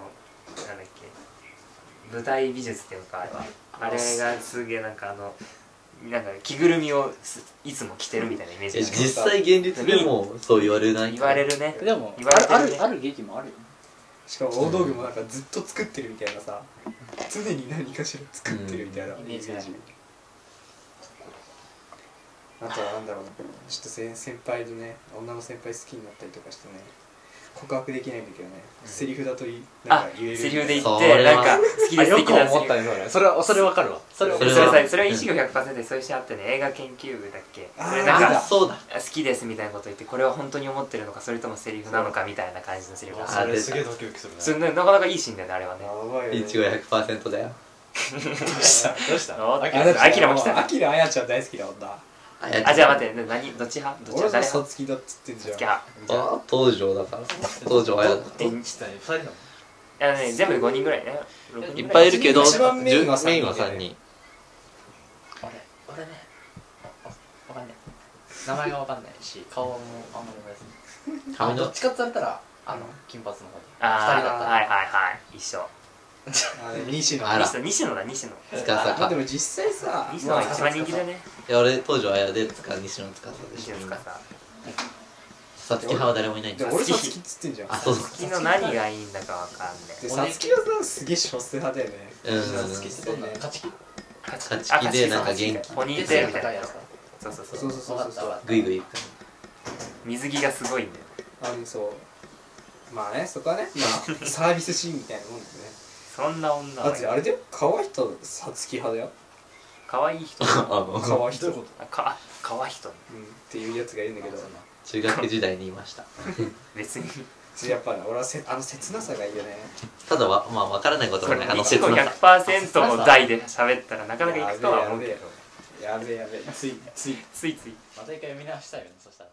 け舞台美術っていうかあれがすげえなんかなんか着ぐるみをいつも着てるみたいなイメージ。 実際現実でもそう言われない？ 言われるね。 でもある劇もあるよね。 しかも大道具もなんかずっと作ってるみたいなさ常に何かしら作ってるみたいなイメージ。あとはなんだろうなちょっと先輩とね女の先輩好きになったりとかしてね告白できないんだけどねセリフだとなんか言える。 セリフで言ってなんか好きです的な思ったねそれわかるわ。それは意識が 100% でそういう人あってね映画研究部だっけ。それなんかそうだ好きですみたいなこと言ってこれは本当に思ってるのかそれともセリフなのかみたいな感じのセリフがそれすげえドキドキするね。 なかなかいいシーンだよねあれはね。 いちご 100% だよ。 どうしたアキラも来た。 アキラあやちゃん大好きだもんな。 じゃあ待ってどっち派どっち俺はさつきだっつってんじゃん。 東條だから東條あやだ。 2人だもん。 全部で5人ぐらいね。 いっぱいいるけどメインは3人。 俺ねわかんない名前がわかんないし顔もあんまり覚えてない。どっちかって言われたら金髪の方で2人だった。 はい一緒。 西野だ西野。 まあでも実際さ西野が一番人気だね。 いや俺東條あやで西野司でしょ。さつき派は誰もいないんだ。 俺さつきっつってんじゃん。 さつきの何がいいんだかわかんない。 さつきはさすげえ少数派だよね。 さつきってどんな勝ち気でなんか元気ポニーテールみたいなやつ。そうグイグイいく。 水着がすごいんだよ。 そうまあねそこはねサービスシーンみたいなもんですね。 そんな女だってあれだよ可愛い人さつき派だよ。 可愛い人可愛い人可愛い人っていうやつがいるんだけど中学時代にいました。 別にやっぱ俺は切なさがいいよね。 ただまあ分からないこともね切なさ 100% の台で喋ったらなかなかいくとは思うけどやべえついまた一回見直したいよね。そしたら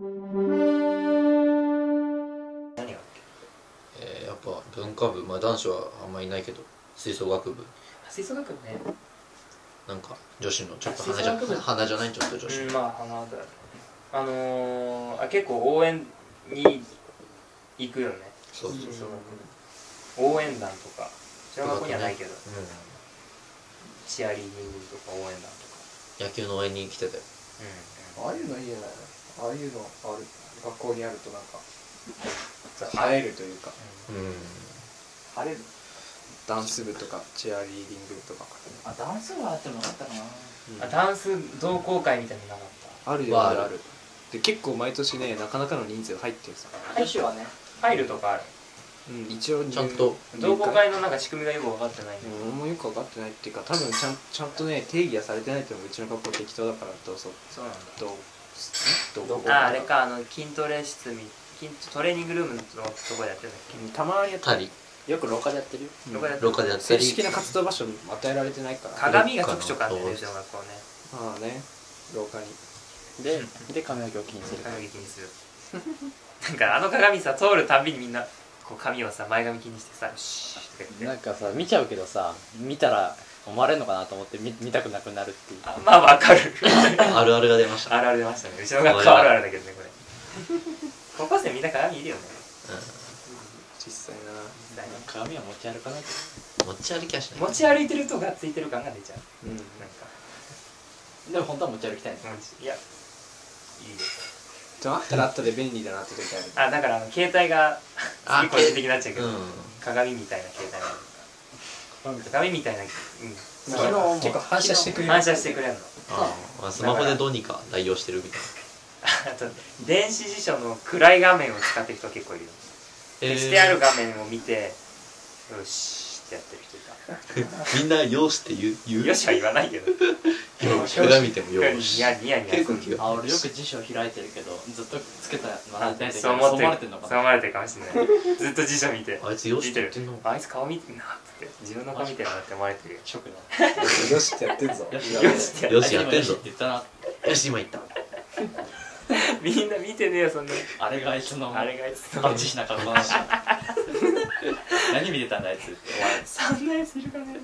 何がやっぱ文化部、まあ男子はあんまりいないけど吹奏楽部、 吹奏楽部ね、 なんか女子のちょっと花じゃない、ちょっと女子の、 まあ花だ結構応援に行くよね。 そう吹奏楽部応援団とか小学校にはないけど、チアリーディングとか応援団とか野球の応援に来てたよ。 ああいうのいいじゃないの。ああいうのある学校にあるとなんか映えるというか、 晴れる。 ダンス部とかチアリーディングとか。 あ、ダンス部あってもなかったかな。 ダンス同好会みたいなのなかった？ あるよ、ある。で結構毎年ね、なかなかの人数入ってるさ。 女子はね入るとかある。 一応ちゃんと同好会のなんか仕組みがよく分かってない。 俺もよく分かってないっていうか、多分ちゃんとね定義はされてないと思う。うちの学校適当だから。 そうなんだ。 あれか、筋トレ室トレーニングルームのとこでやってるんだっけ。 たまにやったりよく廊下でやってるよ。 廊下でやった正り、 式な活動場所与えられてないから。 鏡がちょくちょくあってね、うちの学校ね。 まあね、廊下にで髪の毛を気にする。 髪の毛気にする。なんか鏡さ、通るたんびにみんなこう髪をさ、前髪気にしてさ、シーッて言って。 なんかさ、見ちゃうけどさ、見たら思われるのかなと思って見たくなくなるっていう。 まあわかる。 あるあるが出ました。 あるある出ましたね。うちの学校あるあるだけどね、これ。高校生みんな鏡いるよね。 実際な。 鏡は持ち歩かないと。 持ち歩きはしない。 持ち歩いてるとがついてる感が出ちゃう。なんか。 でも本当は持ち歩きたいね。 いや、いいです。 あったらあったで便利だなって時ある。 だから携帯が次個人的になっちゃうけど、鏡みたいな携帯が鏡みたいな、 結構反射してくれる。 反射してくれるの。 スマホでどうにか代用してるみたいな。 あと電子辞書の暗い画面を使ってる人結構いるよ。消してある画面を見てよしってやってる人いた。 みんなよしって言う。 よしは言わないけど、 鏡見てもよし。 ニヤニヤ結構聞く。 俺よく辞書開いてるけどずっとつけたそう思われてるのかな。そう思われてるかもしれない。ずっと辞書見て、 あいつよしって言ってんの。 あいつ顔見てんなって自分の顔見てるなって思われてるよ。 ショックだ。 よしってやってんぞ。 よしよしやってんぞ。 よし今言った。 みんな見てねえよそんな。 あれがあいつのあれがあいつのバッチしなかった話。何見てたんだあいつって思われて。 そんなやついるかね。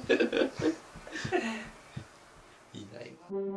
いない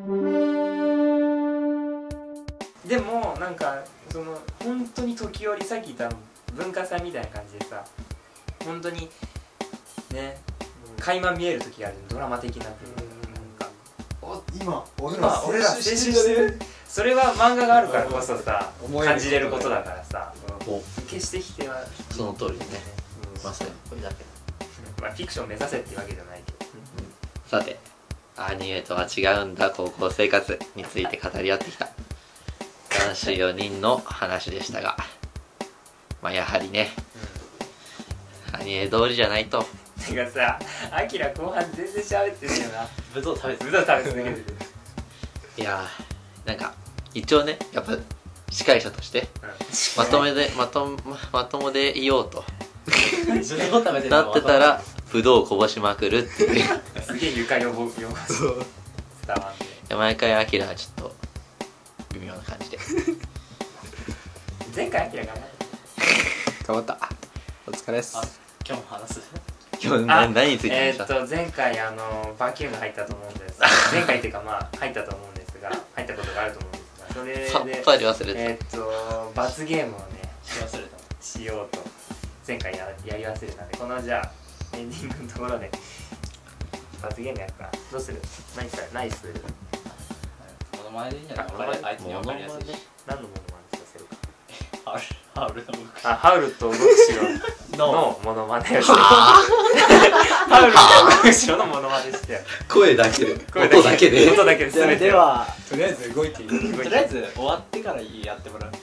わ。 でもなんか本当に時折さっき言った文化祭みたいな感じでさ、本当にね垣間見える時がある。ドラマ的なっていう今俺ら青春してる。それは漫画があるからこそさ感じれることだからさ、決して否定はその通りね。まさにこれだけ。 まあフィクション目指せっていうわけじゃないけど。 さて、アニメとは違うんだ高校生活について語り合ってきた男子4人の話でしたが、まあやはりね、アニメ通りじゃないと。 てかさ、アキラ後半全然喋ってねえよな。 ぶどう食べて続けてる。 いやー、なんか一応ね、やっぱ司会者としてまともでいようとなってたらぶどうをこぼしまくるっていうすげえ床汚す伝わんで、 毎回アキラはちょっと微妙な感じで前回アキラ頑張ったお疲れです。 今日も話す。 今日何についてました前回バキューム入ったと思うんです前回っていうかまあ入ったと思うんですが、入ったことがあると思うんですが、それでさっぱり忘れて罰ゲームをねしようと前回やり忘れたんで、このじゃあエンディングのところで罰ゲームやるか。どうする？何する？ モノマネでいいんじゃない？相手に分かりやすいし。 何のモノマネさせるか。 ハウルの動くハウルと動く城のモノマネをしてハウルと動く城のモノマネして声だけで音だけで全てではとりあえず動いていい。 とりあえず終わってからやってもらう。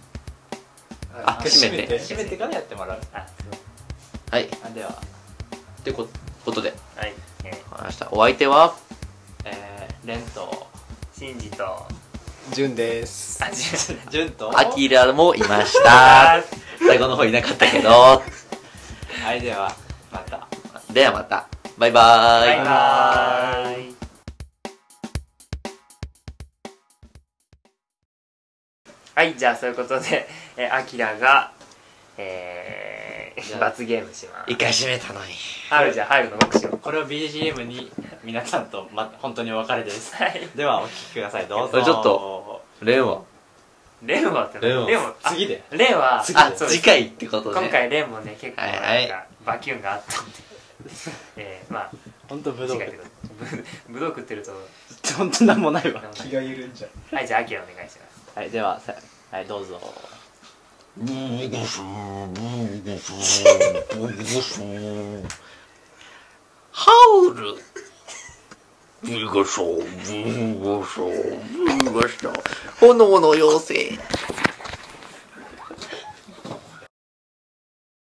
閉めてからやってもらう。 はい。 ではってことで、 はい、 明日お相手はレンとシンジとジュンです。 ジュンとアキラもいました最後の方いなかったけどはい、ではまたバイバーイ。 バイバーイ。 はい、じゃあそういうことでアキラが罰ゲームします。 一回閉めたのに。 じゃあ入るの僕しよう。 これを BGM に皆さんと、本当にお別れです。 はい。 ではお聴きください。どうぞ。 ちょっとレンはってレンは次で。 レンは次回ってことで。 今回レンもね結構なんかバキュンがあったんで、まあ本当ブドウ食ってると本当なんもないわ。 気が緩んじゃう。 はい、じゃあアキラお願いします。 はい、でははいどうぞ。 ハウルブーゴショーブーゴショーブーゴショー炎の妖精